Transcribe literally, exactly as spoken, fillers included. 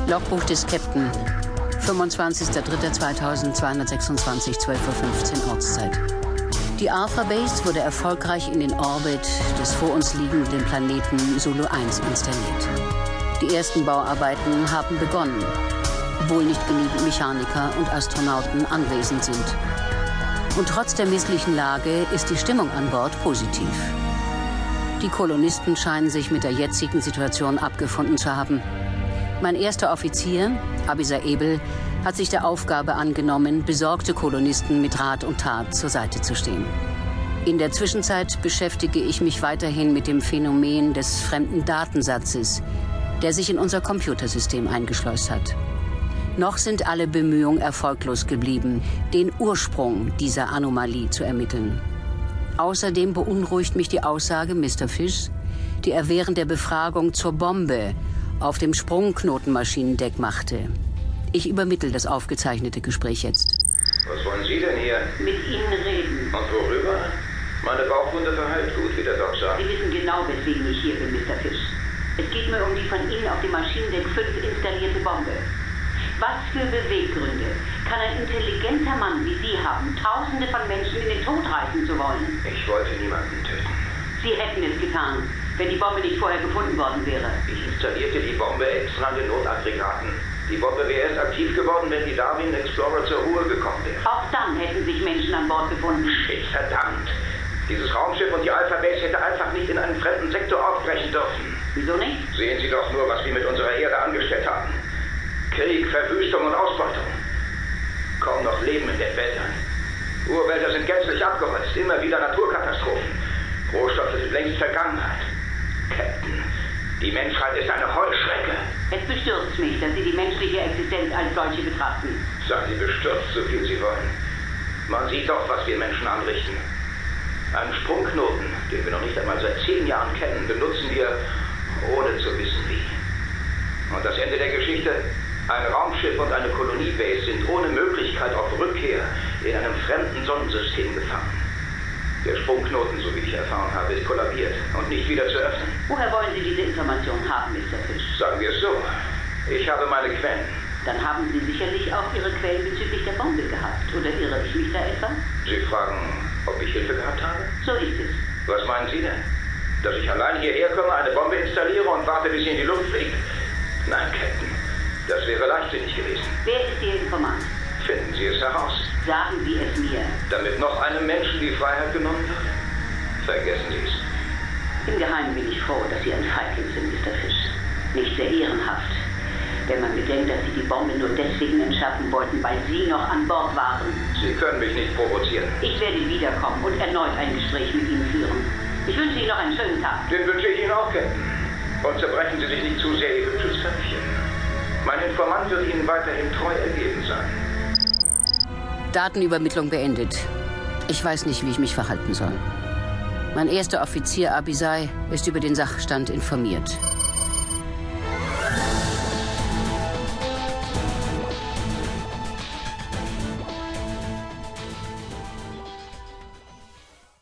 Logbuch des Captain. fünfundzwanzigster dritter zweitausendzweihundertsechsundzwanzig, zwölf Uhr fünfzehn Ortszeit. Die Alpha Base wurde erfolgreich in den Orbit des vor uns liegenden Planeten Zulu eins installiert. Die ersten Bauarbeiten haben begonnen, obwohl nicht genügend Mechaniker und Astronauten anwesend sind. Und trotz der misslichen Lage ist die Stimmung an Bord positiv. Die Kolonisten scheinen sich mit der jetzigen Situation abgefunden zu haben. Mein erster Offizier, Abisai Ebel, hat sich der Aufgabe angenommen, besorgte Kolonisten mit Rat und Tat zur Seite zu stehen. In der Zwischenzeit beschäftige ich mich weiterhin mit dem Phänomen des fremden Datensatzes, der sich in unser Computersystem eingeschleust hat. Noch sind alle Bemühungen erfolglos geblieben, den Ursprung dieser Anomalie zu ermitteln. Außerdem beunruhigt mich die Aussage Mister Fish, die er während der Befragung zur Bombe auf dem Sprungknotenmaschinendeck machte. Ich übermittle das aufgezeichnete Gespräch jetzt. Was wollen Sie denn hier? Mit Ihnen reden. Und worüber? Meine Bauchwunde verheilt gut, wie der Doc sagt. Sie wissen genau, weswegen ich hier bin, Mister Fish. Es geht mir um die von Ihnen auf dem Maschinendeck fünf installierte Bombe. Was für Beweggründe kann ein intelligenter Mann wie Sie haben, Tausende von Menschen in den Tod reißen zu wollen? Ich wollte niemanden töten. Sie hätten es getan, wenn die Bombe nicht vorher gefunden worden wäre. Ich installierte die Bombe extra an den Notaggregaten. Die Bombe wäre erst aktiv geworden, wenn die Darwin Explorer zur Ruhe gekommen wäre. Auch dann hätten sich Menschen an Bord befunden. Shit, verdammt. Dieses Raumschiff und die Alpha Base hätte einfach nicht in einen fremden Sektor aufbrechen dürfen. Wieso nicht? Sehen Sie doch nur, was wir mit unserer Erde angestellt haben. Krieg, Verwüstung und Ausbeutung. Kaum noch Leben in den Wäldern. Urwälder sind gänzlich abgeholzt, immer wieder Naturkatastrophen. Rohstoffe sind längst Vergangenheit. Captain, die Menschheit ist eine Heuschrecke. Es bestürzt mich, dass Sie die menschliche Existenz als solche betrachten. Seien Sie bestürzt, so viel Sie wollen. Man sieht doch, was wir Menschen anrichten. Einen Sprungknoten, den wir noch nicht einmal seit zehn Jahren kennen, benutzen wir, ohne zu wissen wie. Und das Ende der Geschichte? Ein Raumschiff und eine Koloniebase sind ohne Möglichkeit auf Rückkehr in einem fremden Sonnensystem gefangen. Der Sprungknoten, so wie ich erfahren habe, ist kollabiert und nicht wieder zu öffnen. Woher wollen Sie diese Information haben, Mister Fish? Sagen wir es so. Ich habe meine Quellen. Dann haben Sie sicherlich auch Ihre Quellen bezüglich der Bombe gehabt. Oder irre ich mich da etwa? Sie fragen, ob ich Hilfe gehabt habe? So ist es. Was meinen Sie denn? Dass ich allein hierher komme, eine Bombe installiere und warte, bis sie in die Luft fliegt? Nein, Captain. Das wäre leichtsinnig gewesen. Wer ist Ihr Informant? Finden Sie es heraus. Sagen Sie es mir. Damit noch einem Menschen die Freiheit genommen wird? Vergessen Sie es. Im Geheimen bin ich froh, dass Sie ein Feigling sind, Mister Fish. Nicht sehr ehrenhaft. Wenn man bedenkt, dass Sie die Bombe nur deswegen entschärfen wollten, weil Sie noch an Bord waren. Sie können mich nicht provozieren. Ich werde wiederkommen und erneut ein Gespräch mit Ihnen führen. Ich wünsche Ihnen noch einen schönen Tag. Den wünsche ich Ihnen auch, Captain. Und zerbrechen Sie sich nicht zu sehr Ihr hübsches Köpfchen. Mein Informant wird Ihnen weiterhin treu ergeben sein. Datenübermittlung beendet. Ich weiß nicht, wie ich mich verhalten soll. Mein erster Offizier Abisai ist über den Sachstand informiert.